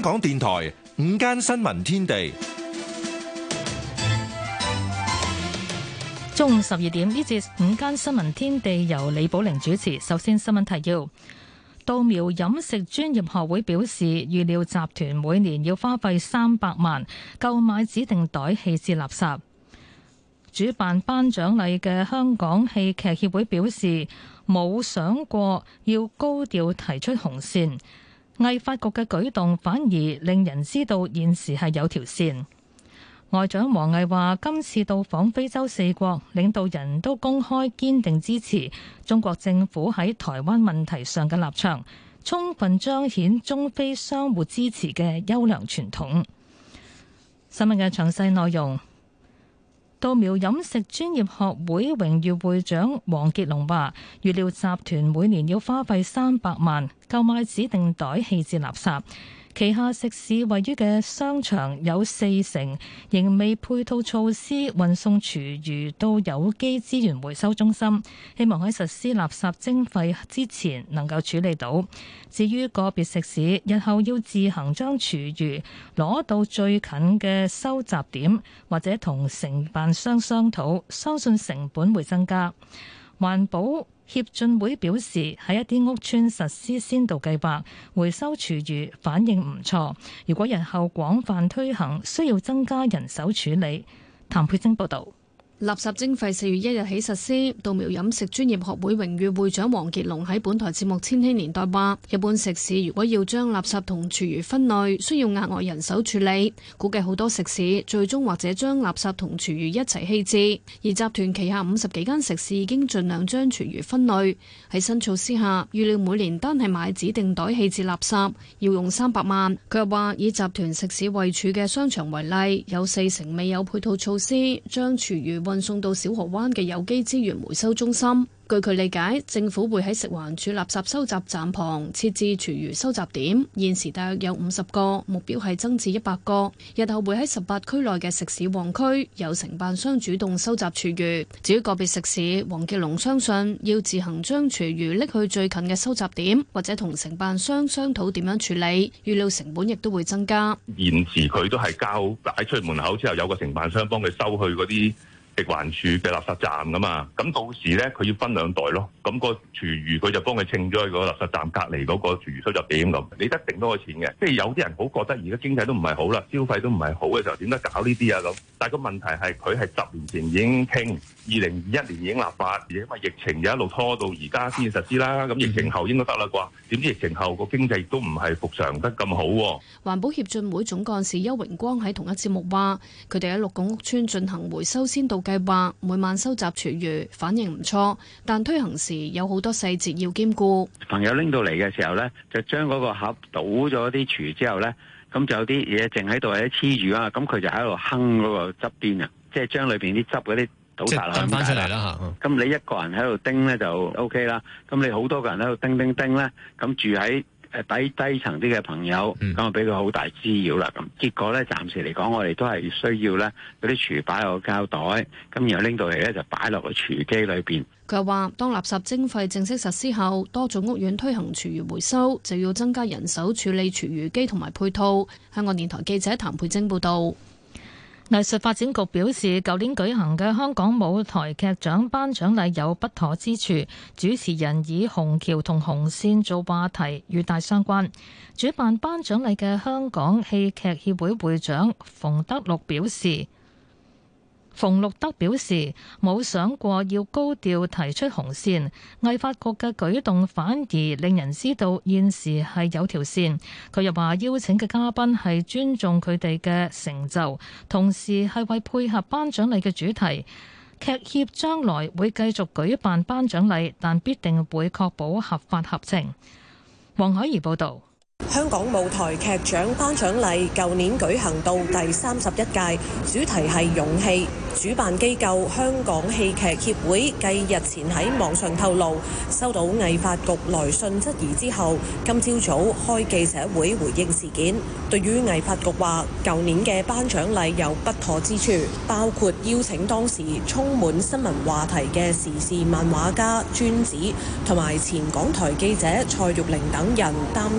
港電台午間新聞天地， 中午12點，呢節午間新聞天地由李寶玲主持。首先新聞提要：稻苗飲食專業學會表示，預料集團每年要花費300萬購買指定袋棄置垃圾。主辦頒獎禮嘅香港戲劇協會表示，冇想過要高調提出紅線，藝發局嘅舉動反而令人知道現時係有條線。外長王毅話，今次到訪非洲4國，領導人都公開堅定支持中國政府喺台灣問題上嘅立場，充分彰顯中非相互支持嘅優良傳統。新聞嘅詳細內容。稻苗飲食專業學會榮譽會長黃傑龍話，預料集團每年要花費300萬購買指定袋棄置垃圾。旗下食肆位於嘅商場有40%仍未配套措施運送廚餘到有機資源回收中心，希望喺實施垃圾徵費之前能夠處理到。至於個別食肆日後要自行將廚餘攞到最近嘅收集點，或者同承辦商商討，相信成本會增加。環保協進會表示，喺一啲屋邨實施先導計劃，回收廚餘反應唔錯。如果日後廣泛推行，需要增加人手處理。譚佩晶報導。 垃圾徵費4月1日起實施。稻苗飲食專業學會榮譽會長黃傑龍喺本台節目《千禧年代》話，一般食肆如果要將垃圾同廚餘分類，需要額外人手處理。估計好多食肆最終或者將垃圾同廚餘一齊棄置。而集團旗下50幾間食肆已經盡量將廚餘分類。喺新措施下，預料每年單係買指定袋棄置垃圾要用300萬。佢又話，以集團食肆位處嘅商場為例，有40%未有配套措施將廚餘運送到小河灣嘅有機資源回收中心。據佢理解，政府會喺食環署垃圾收集站旁設置廚餘收集點，現時大約有50個，目標係增至100個。日後會喺18區內嘅食肆旺區有承辦商主動收集廚餘。至於個別食肆，黃傑龍相信要自行將廚餘拎去最近嘅收集點，或者同承辦商商討點樣處理，預料成本亦都會增加。 現時佢都係交擺出門口之後，有個承辦商幫佢收去嗰啲食環署嘅垃圾站噶嘛，咁到時咧佢要分2袋咯，咁個廚餘佢就幫佢稱咗去個垃圾站隔離嗰個廚餘收集點咁，你得定多個錢嘅，即係有啲人好覺得而家經濟都唔係好啦，消費都唔係好嘅時候，點解搞呢啲啊咁？但係個問題係佢係10年前已經傾，2021年已經立法，而因為疫情就一路拖到而家先實施啦，咁疫情後應該得啦啩？點知疫情後個經濟都唔係復常得咁好喎。 環保協進會總幹事邱榮光喺同一節目話，佢哋喺6個屋邨進行回收先導計劃，每晚收集廚餘反應唔錯，但推行時有好多細節要兼顧。 朋友拎到嚟嘅時候呢，就將嗰個盒倒咗啲廚餘之後呢，咁就有啲嘢淨喺度或者黐住啊，咁佢就喺度哼嗰個側邊啊，即係將裏邊啲汁嗰啲倒晒落去翻出嚟啦嚇。咁你一個人喺度叮呢就 OK 啦，咁你好多個人喺度叮叮叮呢，咁住喺低層啲嘅朋友，咁啊俾佢好大滋擾啦。咁結果咧，暫時嚟講，我哋都係需要咧嗰啲廚餘擺落個膠袋，咁然後拎到嚟咧就擺落個廚餘機裏邊。 佢話：當垃圾徵費正式實施後，多種屋苑推行廚餘回收，就要增加人手處理廚餘機同埋配套。香港電台記者譚佩晶報導。 藝術發展局表示，舊年舉行嘅香港舞台劇獎頒獎禮有不妥之處，主持人以紅橋同紅線做話題，與大相關。主辦頒獎禮嘅香港戲劇協會會長馮祿德表示，冇想過要高調提出紅線，藝發局嘅舉動反而令人知道現時係有條線。佢又話邀請嘅嘉賓係尊重佢哋嘅成就，同時係為配合頒獎禮嘅主題。劇協將來會繼續舉辦頒獎禮，但必定會確保合法合情。黃海怡報導。 香港舞台劇獎頒獎禮舊年舉行到第31屆，主題係勇氣。主辦機構香港戲劇協會繼日前喺網上透露收到藝發局來信質疑之後，今朝早開記者會回應事件。對於藝發局話舊年嘅頒獎禮有不妥之處，包括邀請當時充滿新聞話題嘅時事漫畫家尊子同埋前港台記者蔡玉玲等人擔任頒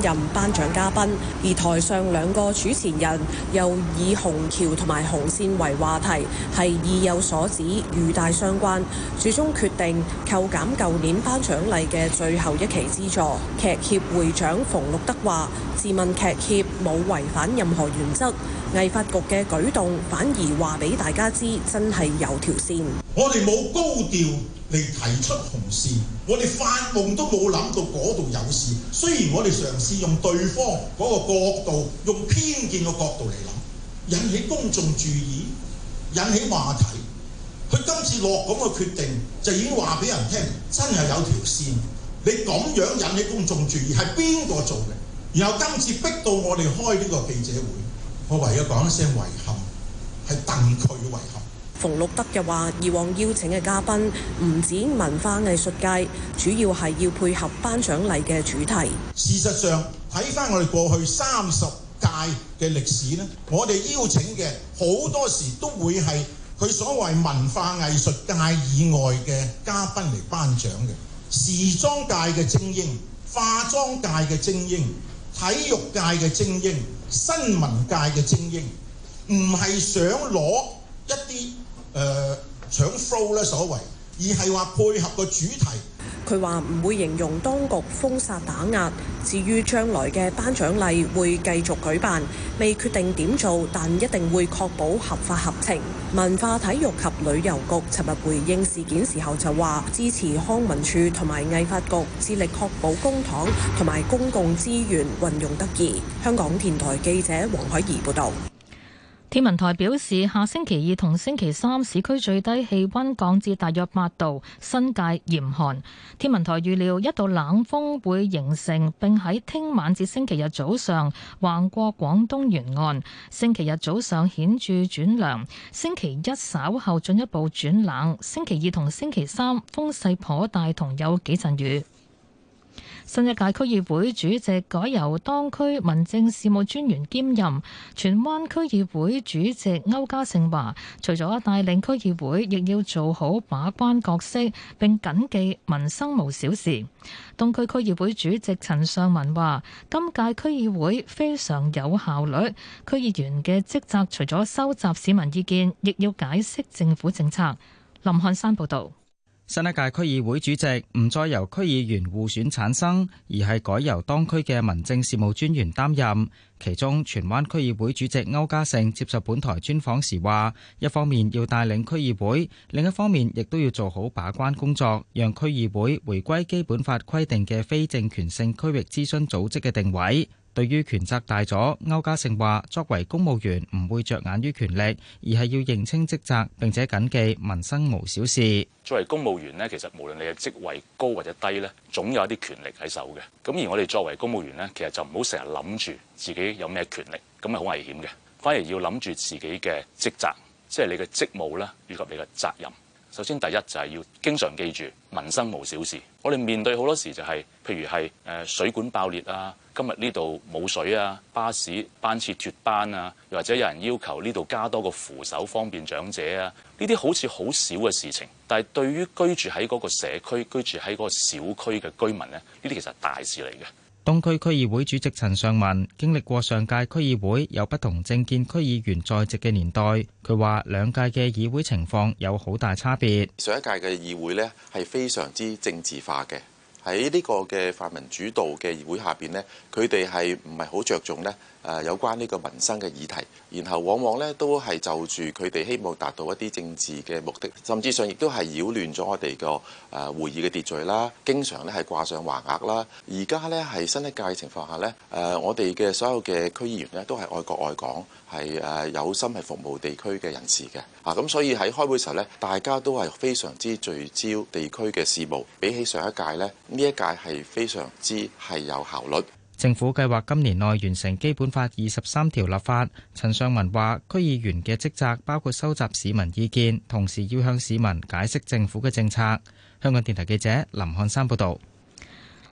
頒獎嘉賓，而台上兩個主持人又以紅橋同埋紅線為話題，係意有所指，語帶相關，最終決定扣減舊年頒獎禮嘅最後一期資助。劇協會長馮祿德話：自問劇協冇違反任何原則，藝發局嘅舉動反而話俾大家知，真係有條線。 我哋冇高調嚟提出紅線，我哋發夢都冇諗到嗰度有事。雖然我哋嘗試用對方嗰個角度，用偏見嘅角度嚟諗，引起公眾注意，引起話題。佢今次落咁嘅決定，就已經話俾人聽，真係有條線。你咁樣引起公眾注意，係邊個做嘅？然後今次逼到我哋開呢個記者會，我唯有講一聲遺憾，係戥佢遺憾。 馮祿德又話：以往邀請嘅嘉賓唔止文化藝術界，主要係要配合頒獎禮嘅主題。 事實上，睇翻我哋過去30屆嘅歷史呢，我哋邀請嘅好多時都會係佢所謂文化藝術界以外嘅嘉賓嚟頒獎嘅，時裝界嘅精英、化妝界嘅精英、體育界嘅精英、新聞界嘅精英，唔係想攞一啲搶 flow 咧所謂，而係話配合個主題。 佢話唔會形容當局封殺打壓，至於將來嘅頒獎禮會繼續舉辦，未決定點做，但一定會確保合法合情。文化體育及旅遊局尋日回應事件時候就話，支持康文署同埋藝發局致力確保公帑同埋公共資源運用得宜。香港電台記者黃海怡報導。 天文台表示，下星期二同星期三市區最低氣溫降至大約8度，新界嚴寒。天文台預料一道冷鋒會形成，並喺聽晚至星期日早上橫過廣東沿岸。星期日早上顯著轉涼，星期一稍後進一步轉冷。星期二同星期三風勢頗大，同有幾陣雨。新一屆區議會主席改由當區民政事務專員兼任。荃灣區議會主席歐家盛話，除咗帶領區議會，亦要做好把關角色，並緊記民生無小事。東區區議會主席陳尚文話，今屆區議會非常有效率，區議員嘅職責除咗收集市民意見，亦要解釋政府政策。林漢山報導。 新一屆區議會主席唔再由區議員互選產生，而係改由當區嘅民政事務專員擔任。其中，荃灣區議會主席歐家盛接受本台專訪時話，一方面要帶領區議會，另一方面亦都要做好把關工作，讓區議會回歸基本法規定嘅非政權性區域諮詢組織嘅定位。對於權責大咗，歐家盛話：作為公務員唔會着眼於權力，而係要認清職責，並且謹記民生無小事。 作為公務員呢，其實無論你嘅職位高或者低呢，總有一啲權力喺手嘅。咁而我哋作為公務員呢，其實就唔好成日諗住自己有咩權力，咁係好危險嘅。反而要諗住自己嘅職責，即係你嘅職務啦，以及你嘅責任。首先第一就係要經常記住民生無小事。我哋面對好多時就係，譬如係水管爆裂啊，今日呢度冇水啊，巴士班次脫班啊，又或者有人要求呢度加多個扶手方便長者啊，呢啲好似好少嘅事情，但係對於居住喺嗰個社區、居住喺嗰個小區嘅居民呢，呢啲其實係大事嚟嘅。 東區區議會主席陳尚文經歷過上屆區議會有不同政見區議員在席嘅年代，佢話兩屆嘅議會情況有好大差別。 上一屆嘅議會呢係非常之政治化嘅，喺呢個嘅泛民主導嘅議會下邊呢，佢哋係唔係好着重呢有關呢個民生嘅議題，然後往往呢都係就住佢哋希望達到一啲政治嘅目的，甚至上亦都係擾亂咗我哋個會議嘅秩序啦，經常呢係掛上橫額啦。而家呢係新一屆情況下呢，我哋嘅所有嘅區議員呢都係愛國愛港，係有心係服務地區嘅人士嘅。咁所以喺開會時候呢，大家都係非常之聚焦地區嘅事務，比起上一屆呢，呢一屆係非常之係有效率。 政府計劃今年內完成基本法23條立法。陳尚文話，區議員嘅職責包括收集市民意見，同時要向市民解釋政府嘅政策。香港電台記者林漢山報導。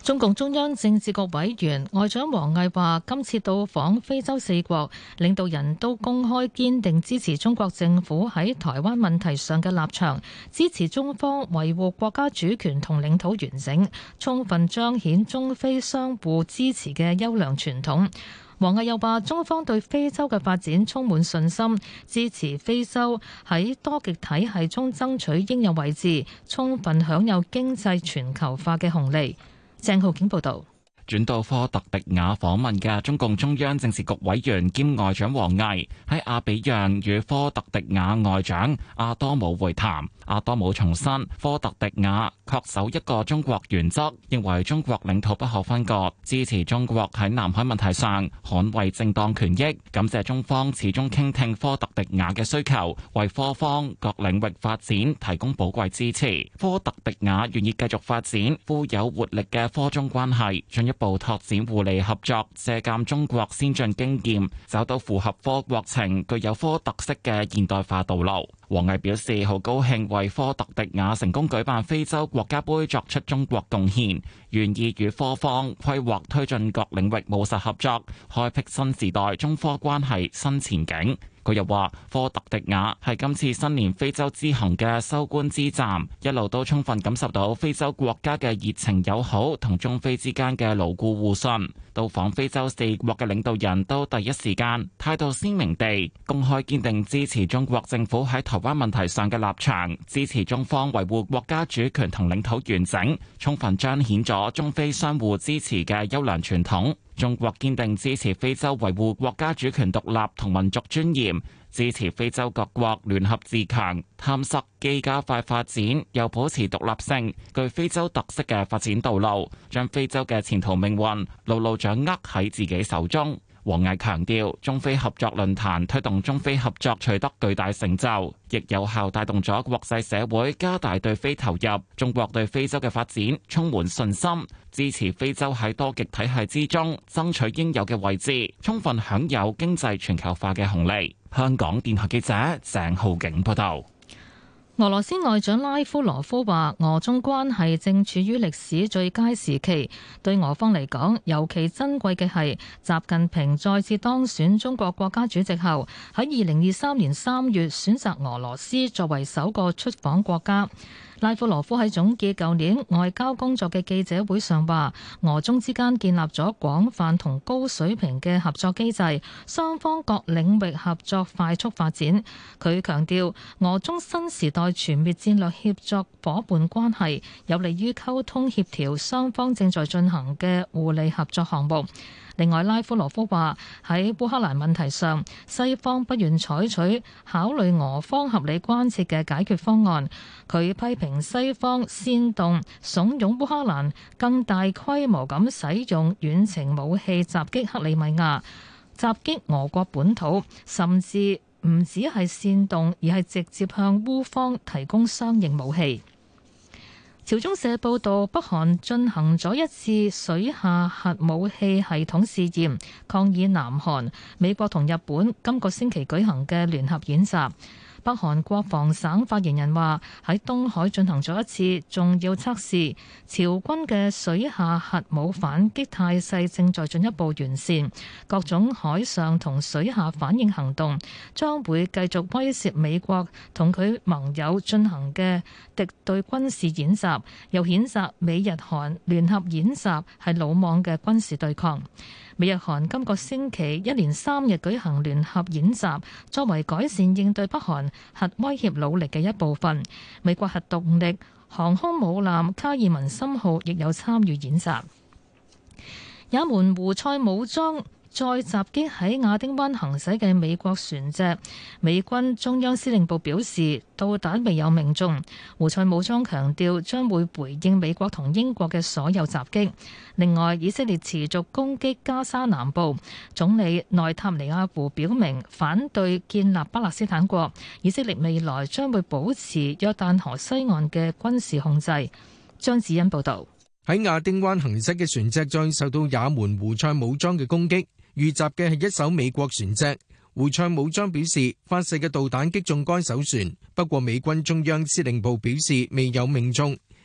中共中央政治局委員外長王毅話：今次到訪非洲4國，領導人都公開堅定支持中國政府喺台灣問題上嘅立場，支持中方維護國家主權同領土完整，充分彰顯中非相互支持嘅優良傳統。王毅又話：中方對非洲嘅發展充滿信心，支持非洲喺多極體系中爭取應有位置，充分享有經濟全球化嘅紅利。鄭浩景報道。 轉到科特迪瓦訪問嘅中共中央政治局委員兼外長王毅喺阿比讓與科特迪瓦外長阿多姆會談。阿多姆重申科特迪瓦恪守一個中國原則，認為中國領土不可分割，支持中國喺南海問題上捍衛正當權益，感謝中方始終傾聽科特迪瓦嘅需求，為科方各領域發展提供寶貴支持。科特迪瓦願意繼續發展富有活力嘅科中關係，進一步拓展互利合作，借鑒中國先進經驗，找到符合科國情、具有科特色嘅現代化道路。王毅表示好高興為科特迪瓦成功舉辦非洲國家盃作出中國貢獻，願意與科方規劃推進各領域務實合作，開闢新時代中科關係新前景。佢又話：科特迪瓦係今次新年非洲之行嘅收官之站，一路都充分感受到非洲國家嘅熱情友好同中非之間嘅牢固互信。到訪非洲4國嘅領導人都第一時間態度鮮明地公開堅定支持中國政府喺台灣問題上嘅立場，支持中方維護國家主權同領土完整，充分彰顯咗中非相互支持嘅優良傳統。中國堅定支持非洲維護國家主權獨立同民族尊嚴，支持非洲各國聯合自強，探索既加快發展又保持獨立性、具非洲特色嘅發展道路，將非洲嘅前途命運牢牢掌握喺自己手中。王毅強調，中非合作論壇推動中非合作取得巨大成就，亦有效帶動咗國際社會加大對非投入。中國對非洲嘅發展充滿信心，支持非洲喺多極體系之中爭取應有嘅位置，充分享有經濟全球化嘅紅利。香港電台記者鄭浩景報道。 俄羅斯外長拉夫羅夫話：俄中關係正處於歷史最佳時期，對俄方嚟講，尤其珍貴嘅係習近平再次當選中國國家主席後，喺2023年3月選擇俄羅斯作為首個出訪國家。拉夫羅夫喺總結舊年外交工作嘅記者會上話，俄中之間建立咗廣泛同高水平嘅合作機制，雙方各領域合作快速發展。佢強調，俄中新時代全面戰略協作夥伴關係有利於溝通協調雙方正在進行嘅互利合作項目。另外，拉夫羅夫話喺烏克蘭問題上，西方不願採取考慮俄方合理關切嘅解決方案。佢批評西方煽動慫恿烏克蘭更大規模咁使用遠程武器襲擊克里米亞，襲擊俄國本土，甚至唔只係煽動，而係直接向烏方提供相應武器。朝中社報道，北韓進行咗一次水下核武器系統試驗，抗議南韓、美國同日本今個星期舉行嘅聯合演習。北韓國防省發言人話：喺東海進行咗一次重要測試，朝軍嘅水下核武反擊態勢正在進一步完善，各種海上同水下反應行動將會繼續威懾美國同佢盟友進行嘅敵對軍事演習，又譴責美日韓聯合演習係魯莽嘅軍事對抗。美日韓今個星期一連3日舉行聯合演習，作為改善應對北韓核威脅努力嘅一部分。美國核動力航空母艦卡爾文森號亦有參與演習。也門胡塞武裝再襲擊喺亞丁灣行駛嘅美國船隻，美軍中央司令部表示導彈未有命中。胡塞武裝強調將會回應美國同英國嘅所有襲擊。另外，以色列持續攻擊加沙南部，總理內塔尼亞胡表明反對建立巴勒斯坦國，以色列未來將會保持約旦河西岸嘅軍事控制。張子欣報導。 喺亞丁灣行駛嘅船隻再受到也門胡塞武裝嘅攻擊，遇襲嘅係一艘美國船隻。胡塞武裝表示發射嘅導彈擊中該艘船，不過美軍中央司令部表示未有命中。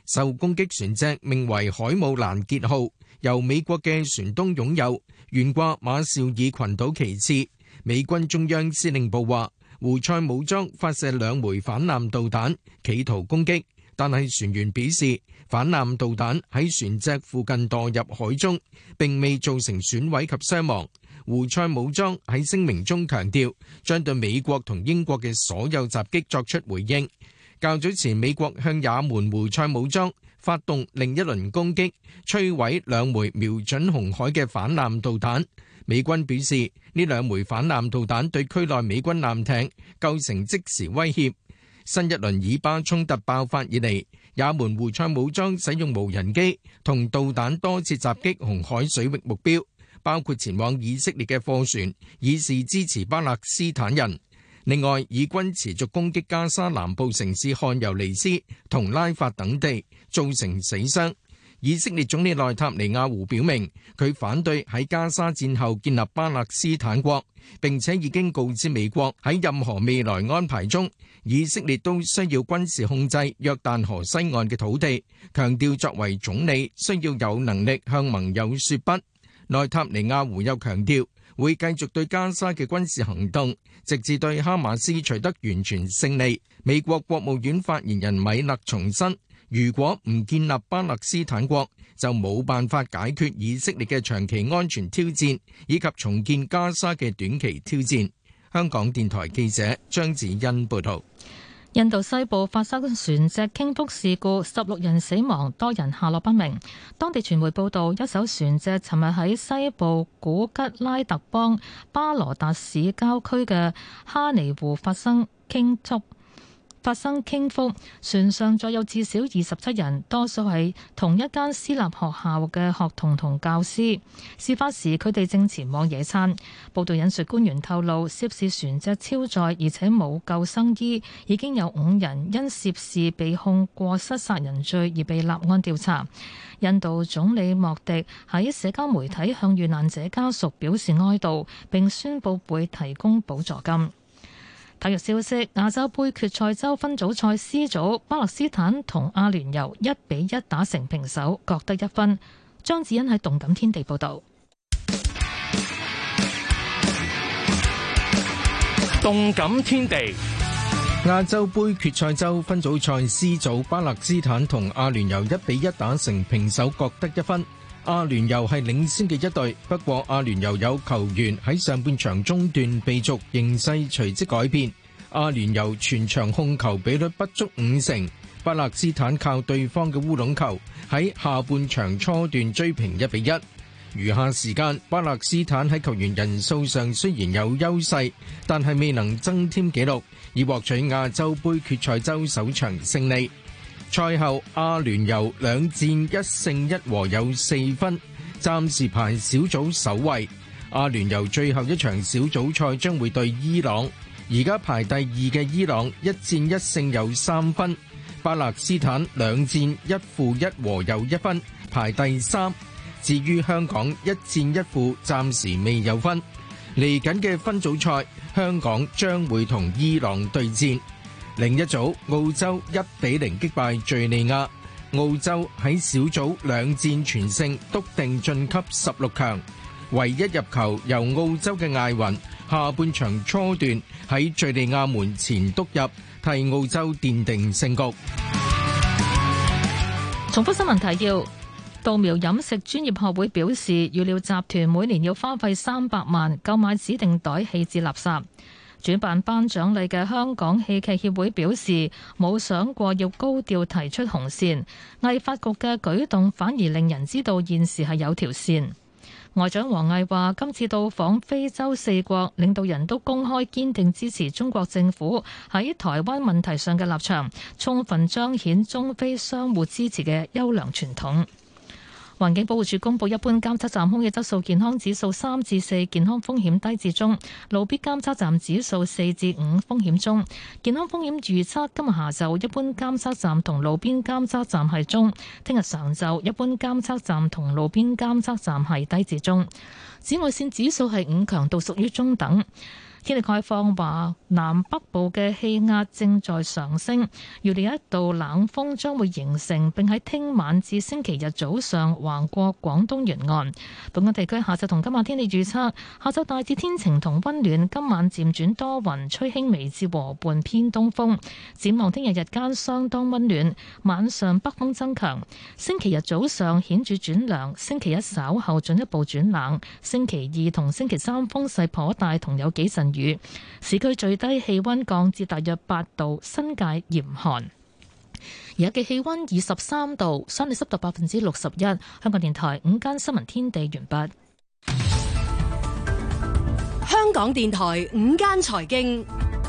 受攻擊船隻名為海姆蘭傑號，由美國嘅船東擁有，懸掛馬紹爾群島旗幟。美軍中央司令部話，胡塞武裝發射2枚反艦導彈，企圖攻擊，但係船員表示，反艦導彈喺船隻附近墮入海中，並未造成損毀及傷亡。胡塞武裝喺聲明中強調，將對美國同英國嘅所有襲擊作出回應。較早前，美國向也門胡塞武裝發動另一輪攻擊，摧毀2枚瞄準紅海嘅反艦導彈。美軍表示，呢2枚反艦導彈對區內美軍艦艇構成即時威脅。新一輪以巴衝突爆發以嚟，也門胡塞武裝使用無人機同導彈多次襲擊紅海水域目標，包括前往以色列嘅貨船，以示支持巴勒斯坦人。另外，以軍持續攻擊加沙南部城市汗尤尼斯同拉法等地，造成死傷。以色列總理內塔尼亞胡表明，佢反對喺加沙戰後建立巴勒斯坦國，並且已經告知美國喺任何未來安排中，以色列都需要軍事控制約旦河西岸嘅土地，強調作為總理需要有能力向盟友說不。內塔尼亞胡又強調，會繼續對加沙嘅軍事行動，直至對哈馬斯取得完全勝利。美國國務院發言人米勒重申，如果唔建立巴勒斯坦國，就冇辦法解決以色列嘅長期安全挑戰，以及重建加沙嘅短期挑戰。香港電台記者張子欣報道。 印度西部發生船隻傾覆事故，16人死亡，多人下落不明。當地傳媒報道，一艘船隻尋日喺西部古吉拉特邦巴羅達市郊區嘅哈尼湖發生傾覆，船上載有至少27人，多數係同一間私立學校嘅學童同教師。事發時佢哋正前往野餐。報道引述官員透露，涉事船隻超載而且冇救生衣，已經有5人因涉事被控過失殺人罪而被立案調查。印度總理莫迪喺社交媒體向遇難者家屬表示哀悼，並宣布會提供補助金。體育消息：亞洲盃決賽周分組賽 C 組，巴勒斯坦同阿聯酋1-1打成平手，各得1分。張子欣喺動感天地報道。 動感天地， 亞洲盃決賽周分組賽 C 組，巴勒斯坦同阿聯酋1-1打成平手，各得1分。阿聯酋係領先嘅一隊，不過阿聯酋有球員喺上半場中段被逐，形勢隨即改變。阿聯酋全場控球比率不足50%，巴勒斯坦靠對方嘅烏龍球喺下半場初段追平1-1。餘下時間，巴勒斯坦喺球員人數上雖然有優勢，但係未能增添紀錄，以獲取亞洲盃決賽周首場勝利。賽後，阿聯酋2戰1勝1和有4分，暫時排小組首位。阿聯酋最後一場小組賽將會對伊朗，而家排第2嘅伊朗1戰1勝有3分，巴勒斯坦2戰1負1和有1分，排第3。至於香港1戰1負，暫時未有分。嚟緊嘅分組賽，香港將會同伊朗對戰。另一組，澳洲1-0擊敗敘利亞，澳洲喺小組2戰全勝，篤定晉級16強。唯一入球由澳洲嘅艾雲，下半場初段喺敘利亞門前篤入，替澳洲奠定勝局。 重複新聞提要：稻苗飲食專業學會表示，預料集團每年要花費300萬購買指定袋棄置垃圾。主辦頒獎禮嘅香港戲劇協會表示，冇想過要高調提出紅線，藝發局嘅舉動反而令人知道現時係有條線。外長王毅話，今次到訪非洲4國，領導人都公開堅定支持中國政府喺台灣問題上嘅立場，充分彰顯中非相互支持嘅優良傳統。環境保護署公布，一般監測站空氣質素健康指數3至4，健康風險低至中；路邊監測站指數4至5，風險中。健康風險預測今日下晝一般監測站同路邊監測站係中，聽日上晝一般監測站同路邊監測站係低至中。紫外線指數係5，強度屬於中等。 天氣概況話，南北部嘅氣壓正在上升，預料一道冷鋒將會形成，並喺聽晚至星期日早上橫過廣東沿岸。本港地區下晝同今晚天氣預測：下晝大致天晴同溫暖，今晚漸轉多雲，吹輕微至和緩偏東風。展望聽日日間相當溫暖，晚上北風增強。星期日早上顯著轉涼，星期一稍後進一步轉冷。星期二同星期三風勢頗大，同有幾陣雨。市區最低氣溫降至大約8度，新界嚴寒。而家嘅氣溫23度，相對濕度61%。香港電台午間新聞天地完畢。 香港電台午間財經。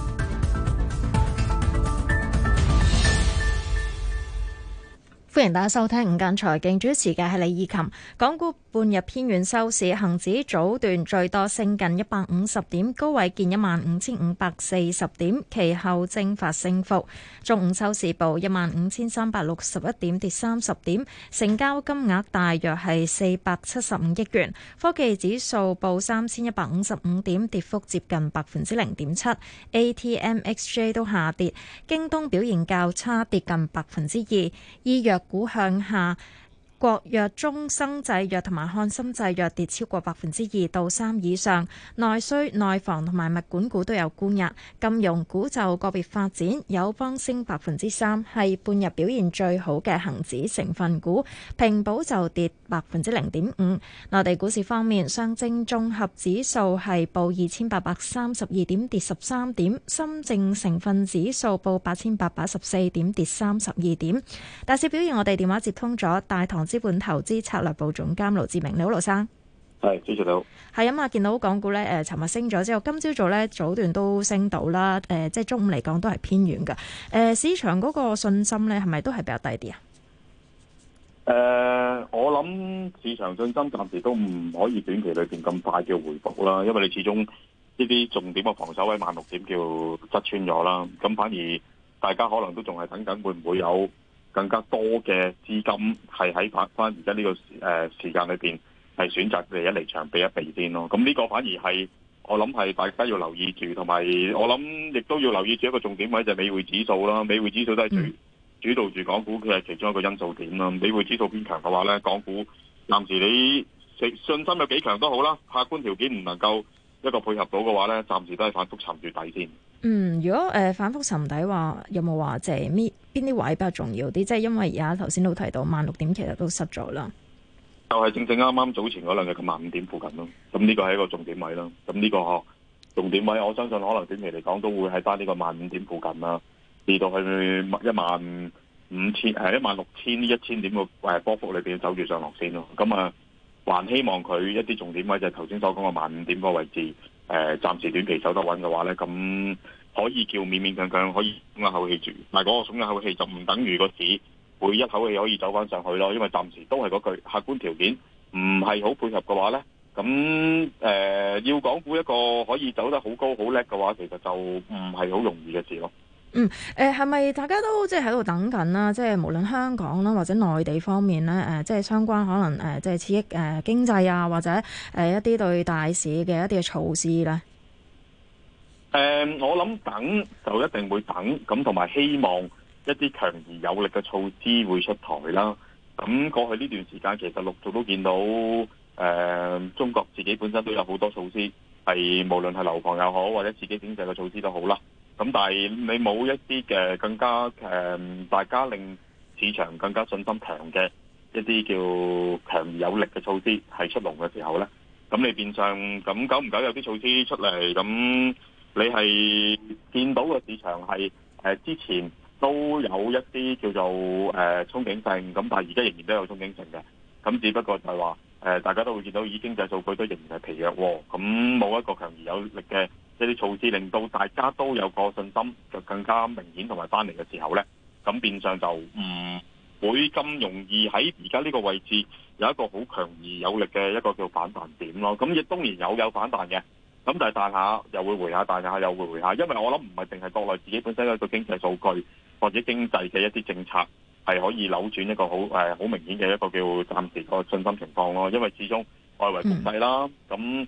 歡迎大家收聽午間財經，主持嘅係李以琴。港股半日偏軟收市，恒指早段最多升近150點，高位見15,540點，其後蒸發升幅。中午收市報15,361點，跌30點，成交金額大約係475億元。科技指數報3,155點，跌幅接近0.7%。ATMXJ 都下跌，京東表現較差，跌近2%。醫藥股向下，國藥、中生製藥同埋漢森製藥跌超過2%到3%以上。內需、內房同埋物管股都有沽壓，金融股就個別發展，友邦升3%，係半日表現最好嘅恒指成分股。平保就跌0.5%。內地股市方面，上證綜合指數係報2832點，跌13點；深證成分指數報8814點，跌32點。大市表現，我哋電話接通咗大唐資本投資策略部總監盧志明。你好，盧生。 係，主持你好。 係啊嘛，見到港股咧，尋日升咗之後，今朝早咧早段都升到啦。即係中午嚟講都係偏軟㗎。市場嗰個信心咧，係咪都係比較低啲啊？ 我諗市場信心暫時都唔可以短期裏邊咁快叫回復啦，因為你始終呢啲重點嘅防守位16000點叫側穿咗啦。咁反而大家可能都仲係等緊會唔會有更加多嘅資金係喺翻而家呢個時間裏邊係選擇嚟一離場避一避先咯。咁呢個反而係我諗係大家要留意住，同埋我諗亦都要留意住一個重點位就係美匯指數啦。美匯指數都係主導住港股，佢係其中一個因素點啦。美匯指數偏強嘅話咧，港股暫時你信心有幾強都好啦，客觀條件唔能夠一個配合到嘅話咧，暫時都係反覆沉住底先。 如果反覆沉底話，有冇話即係邊啲位比較重要啲？即係因為而家頭先都提到16000點其實都失咗啦。 就係正啱啱早前嗰兩日嘅15000點附近咯。咁呢個係一個重點位啦。咁呢個重點位，我相信可能短期嚟講都會喺翻呢個15000點附近啦，至到去16000 16000呢1000點嘅波幅裏邊走住上落先咯。咁還希望佢一啲重點位就係頭先所講嘅15000點個位置。暫時短期走得穩嘅話咧，咁可以叫勉勉強強可以鬆一口氣住。但係嗰個鬆一口氣就唔等於個市會一口氣可以走翻上去咯。因為暫時都係嗰句客觀條件唔係好配合嘅話咧，咁要港股一個可以走得好高好叻嘅話，其實就唔係好容易嘅事咯。 係咪大家都即係喺度等緊啦？即係無論香港啦，或者內地方面咧，即係相關可能即係刺激經濟啊，或者一啲對大市嘅一啲嘅措施咧。 我諗等就一定會等，咁同埋希望一啲強而有力嘅措施會出台啦。咁過去呢段時間其實陸續都見到中國自己本身都有好多措施，係無論係樓房又好，或者刺激經濟嘅措施都好啦。咁但係你冇一啲嘅更加大家令市場更加信心強嘅一啲叫強而有力嘅措施係出籠嘅時候咧，咁你變相咁久唔久有啲措施出嚟，咁你係見到個市場係之前都有一啲叫做憧憬性，咁但係而家仍然都有憧憬性嘅，咁只不過就係話大家都會見到以經濟數據都仍然係疲弱喎，咁冇一個強而有力嘅一啲措施令到大家都有個信心就更加明顯同埋翻嚟嘅時候呢，咁變相就唔會咁容易喺而家呢個位置有一個好強而有力嘅一個叫反彈點咯。咁亦當然有反彈嘅，咁但係彈下又會回下，彈下又會回下，因為我諗唔係淨係國內自己本身一個經濟數據或者經濟嘅一啲政策係可以扭轉一個好明顯嘅一個叫暫時個信心情況咯。因為始終外圍局勢啦，咁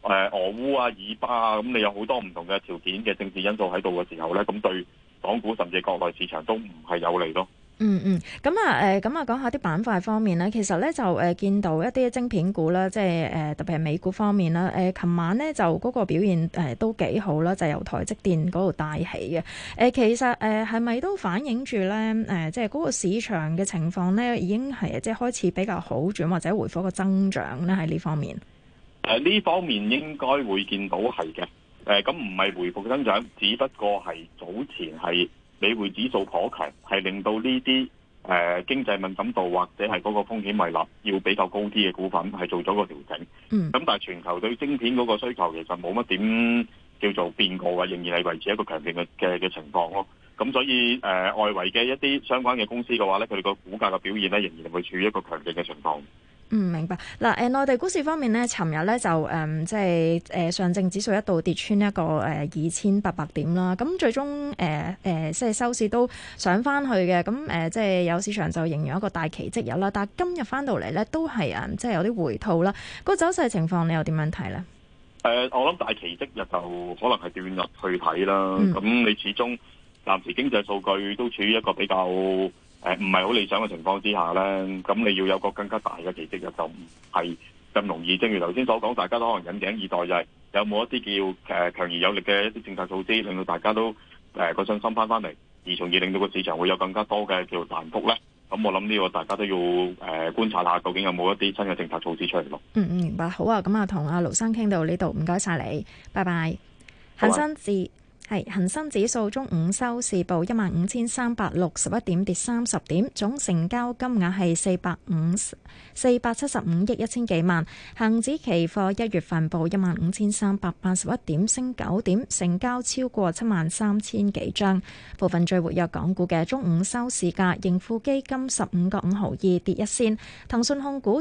俄烏啊、以巴啊，咁你有好多唔同嘅條件嘅政治因素喺度嘅時候咧，咁對港股甚至國內市場都唔係有利咯。 講下啲板塊方面咧，其實咧就見到一啲晶片股啦，即係特別係美股方面啦。琴晚咧就嗰個表現都幾好啦，就由台積電嗰度帶起嘅。其實係咪都反映住咧即係嗰個市場嘅情況咧，已經係即係開始比較好轉或者回復個增長咧喺呢方面？ 呢方面應該會見到係嘅。咁唔係回復增長，只不過係早前係美匯指數頗強，係令到呢啲經濟敏感度或者係嗰個風險胃納要比較高啲嘅股份係做咗個調整。咁但係全球對晶片嗰個需求其實冇乜點叫做變過嘅，仍然係維持一個強勁嘅情況咯。咁所以外圍嘅一啲相關嘅公司嘅話咧，佢哋個股價嘅表現咧仍然會處於一個強勁嘅情況。 明白。嗱，內地股市方面呢，尋日咧就即係上證指數一度跌穿一個2800點啦。咁最終即係收市都上翻去嘅。咁即係有市場就形容一個大奇蹟日啦。但係今日翻到嚟咧都係即係有啲回吐啦。個走勢情況你又點樣睇咧？ 我諗大奇蹟日就可能係短日去睇啦。咁你始終暫時經濟數據都處於一個比較唔係好理想嘅情況之下咧，咁你要有個更加大嘅奇蹟日就唔係咁容易。正如頭先所講，大家都可能引頸以待，就係有冇一啲叫強而有力嘅一啲政策措施，令到大家都個信心翻嚟，而從而令到個市場會有更加多嘅叫彈幅咧。咁我諗呢個大家都要觀察下，究竟有冇一啲新嘅政策措施出嚟咯。 明白。好啊，咁啊，同阿盧生傾到呢度，唔該晒你，拜拜。恒生指數中午收市報15361點，跌30點，總成交金額係475億1000幾萬。恒指期貨1月份報15381點，升9點，成交超過73000幾張。部分最活躍港股嘅中午收市價：盈富基金15個5毫2跌1仙，騰訊控股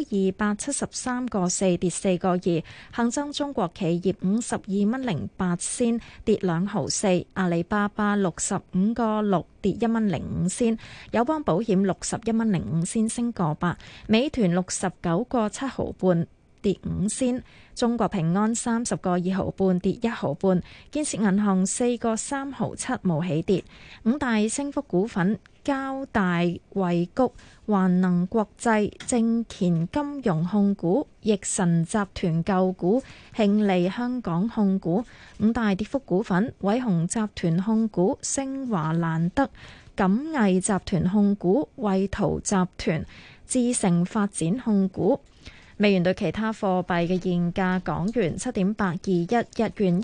273個4跌4個2，恒生中國企業52蚊08仙跌2毫4，阿里巴巴65個6跌1蚊05仙，友邦保險61蚊05仙升個8，美團69個7毫半跌5仙，中國平安30個2毫半跌1毫半，建設銀行4個3毫7冇起跌。五大升幅股份：交大惠谷、環能國際、正乾金融控股、易神集團舊股、慶利香港控股。五大跌幅股份：偉鴻集團控股、星華蘭德、錦藝集團控股、惠圖集團、智誠發展控股。美元對其他貨幣嘅現價：港元7.821，日元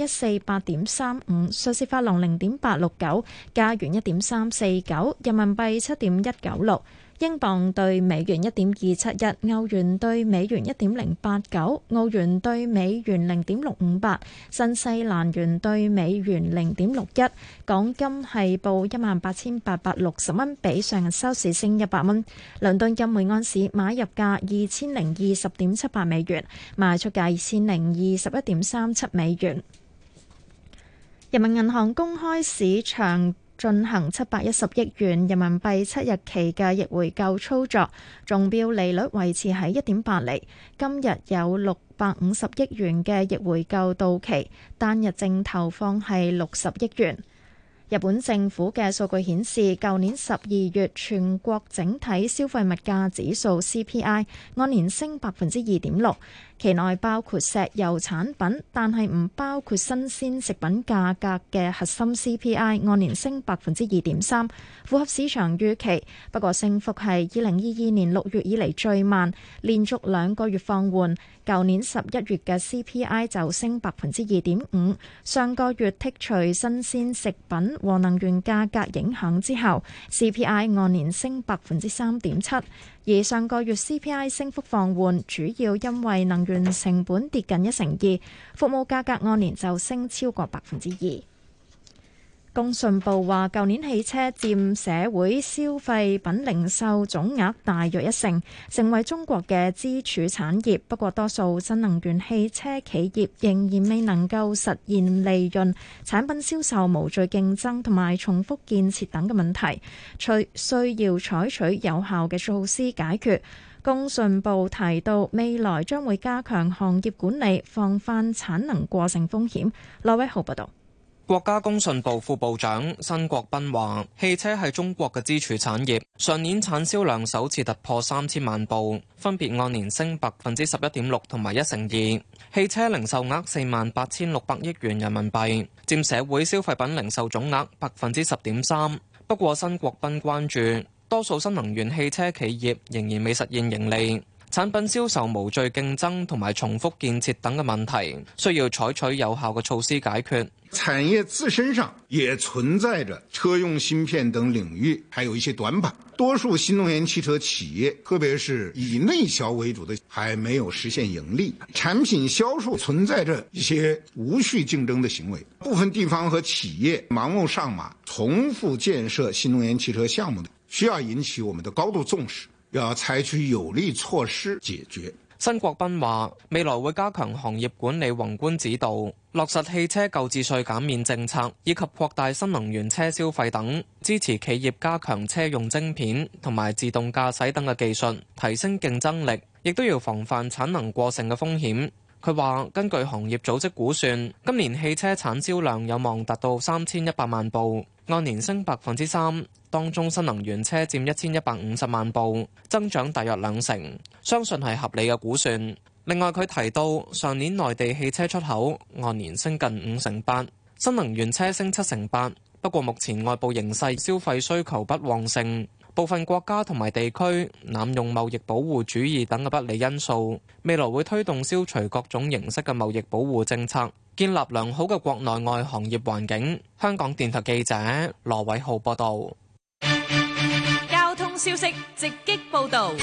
148.35，瑞士法郎0.869，加元1.349，人民幣7.196。英鎊對美元1.271，歐元對美元1.089，澳元對美元0.658，新西蘭元對美元0.61。港金係報18860蚊，比上日收市升100蚊。倫敦金每安士買入價2020.78美元，賣出價2021.37美元。人民銀行公開市場進行710億元人民幣7日期嘅逆回購操作，中標利率維持喺1.8厘。今日有650億元嘅逆回購到期，單日淨投放係60億元。日本政府嘅數據顯示，舊年12月全國整體消費物價指數 CPI 按年升2.6%，期內包括石油產品，但係唔包括新鮮食品價格嘅核心 CPI 按年升2.3%，符合市場預期。不過升幅係2022年6月以嚟最慢，連續2個月放緩。舊年11月嘅 CPI 就升2.5%，上個月剔除新鮮食品和能源價格影響之後 ，CPI 按年升3.7%，而上個月 CPI 升幅放緩，主要因為能源成本跌近1%，服務價格按年就升超過2%。工信部話，舊年汽車佔社會消費品零售總額大約1%，成為中國嘅支柱產業。不過，多數新能源汽車企業仍然未能夠實現利潤、產品銷售無序競爭同埋重複建設等嘅問題，需要採取有效嘅措施解決。 工信部提到，未來將會加強行業管理，防範產能過剩風險。羅偉豪報道。 國家工信部副部長辛國斌話：汽車係中國嘅支柱產業，上年產銷量首次突破3000萬部，分別按年升11.6%同埋1%。汽車零售額48600億元人民幣，佔社會消費品零售總額10.3%。不過，辛國斌關注多數新能源汽車企業仍然未實現盈利，產品銷售無序競爭同埋重複建設等嘅問題，需要採取有效嘅措施解決。 產業自身上也存在着車用芯片等領域還有一些短板，多數新能源汽車企業，特別是以內銷為主的，還沒有實現盈利，產品銷售存在着一些無序競爭的行為，部分地方和企業盲目上馬，重複建設新能源汽車項目的，需要引起我們的高度重視，要採取有力措施解決。 辛國斌話：未來會加強行業管理宏觀指導，落實汽車購置稅減免政策，以及擴大新能源車消費等，支持企業加強車用晶片同埋自動駕駛等嘅技術，提升競爭力，亦都要防範產能過剩嘅風險。佢話：根據行業組織估算，今年汽車產銷量有望達到3100萬部，按年升3%，當中新能源車佔1150萬部，增長大約2成，相信係合理嘅估算。另外，佢提到上年內地汽車出口按年升近5%，新能源車升7%。不過目前外部形勢消費需求不旺盛，部分國家同埋地區濫用貿易保護主義等嘅不利因素，未來會推動消除各種形式嘅貿易保護政策，建立良好嘅國內外行業環境。香港電台記者羅偉浩報道。 交通消息直擊報道。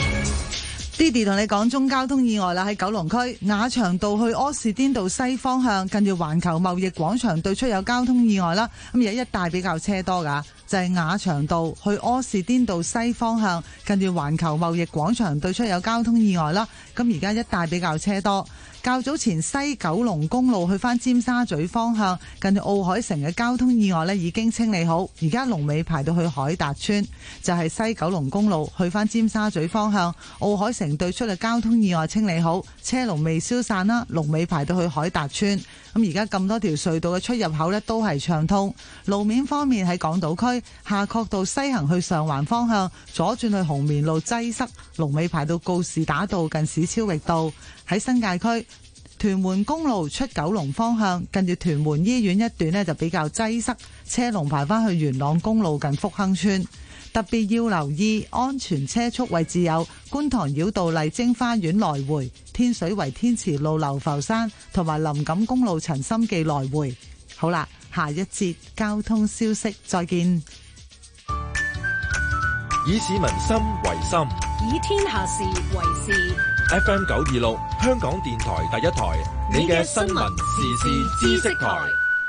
Didi 同你講中交通意外啦，喺九龍區雅翔道去柯士甸道西方向，近住環球貿易廣場對出有交通意外啦。咁而家一帶比較車多噶，就係雅翔道去柯士甸道西方向，近住環球貿易廣場對出有交通意外啦。咁而家一帶比較車多。較早前西九龍公路去返尖沙咀方向，近住奧海城嘅交通意外呢已經清理好，而家龍尾排到去海達村。就係西九龍公路去返尖沙咀方向，奧海城對出嘅交通意外清理好，車龍未消散啦，龍尾排到去海達村。咁而家咁多條隧道嘅出入口呢都係暢通。路面方面喺港島區夏慤道西行去上環方向，左轉去紅棉路擠塞，龍尾排到告士打道近史超域道。喺新界區屯門公路出九龍方向，近住屯門醫院一段呢就比較擠塞，車龍排返去元朗公路近福亨村。特別要留意安全車速位置有觀塘繞道麗晶花園來回、天水圍天慈路流浮山同埋林錦公路陳心記來回。好啦，下一節交通消息再見。 以市民心為心， 以天下事為事。 FM 926香港電台第一台，你嘅新聞時事知識台。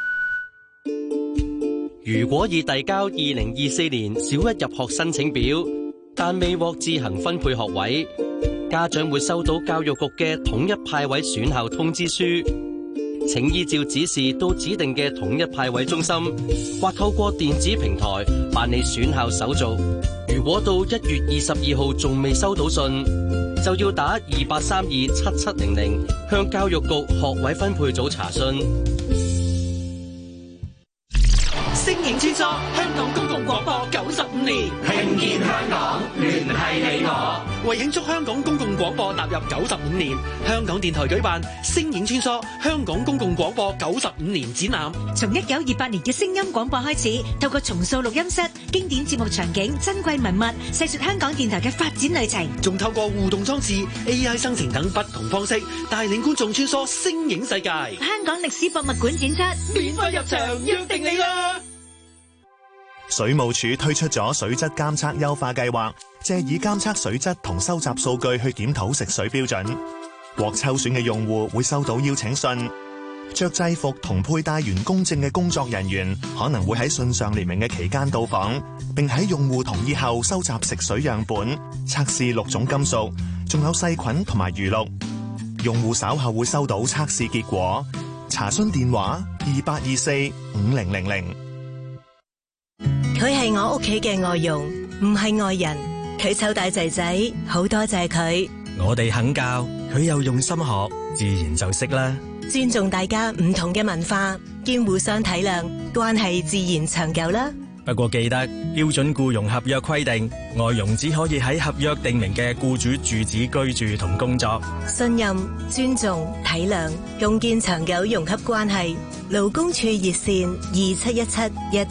如果已遞交2024年小一入學申請表，但未獲自行分配學位，家長會收到教育局嘅統一派位選校通知書，請依照指示到指定嘅統一派位中心，或透過電子平台辦理選校手續。如果到1月22號仲未收到信，就要打28327700向教育局學位分配組查詢。 聲影穿梭香港公共廣播95年， 聽見香港，聯繫你我。為慶祝香港公共廣播踏入95年，香港電台舉辦聲影穿梭香港公共廣播95年展覽。 從1928年嘅聲音廣播開始，透過重塑錄音室、經典節目場景、珍貴文物，細說香港電台嘅發展旅程。 仲透過互動裝置、AI 生成等不同方式，帶領觀眾穿梭聲影世界。 香港歷史博物館展出， 免費入場，約定你啦！ 水務署推出咗水質監測優化計劃，借以監測水質同收集數據去檢討食水標準。獲抽選嘅用戶會收到邀請信，着制服同佩戴員工證嘅工作人員可能會喺信上列明嘅期間到訪，並喺用戶同意後收集食水樣本，測試6種金屬，仲有細菌同埋餘氯。用戶稍後會收到測試結果。查詢電話28245000。 佢係我屋企嘅外傭，唔係外人。 佢湊大仔仔，好多謝佢。 我哋肯教，佢又用心學，自然就識啦。 尊重大家唔同嘅文化，兼互相體諒，關係自然長久啦。 不過記得標準僱傭合約規定，外傭只可以喺合約訂明嘅僱主住址居住同工作。 信任、尊重、體諒，共建長久融洽關係。勞工處熱線2717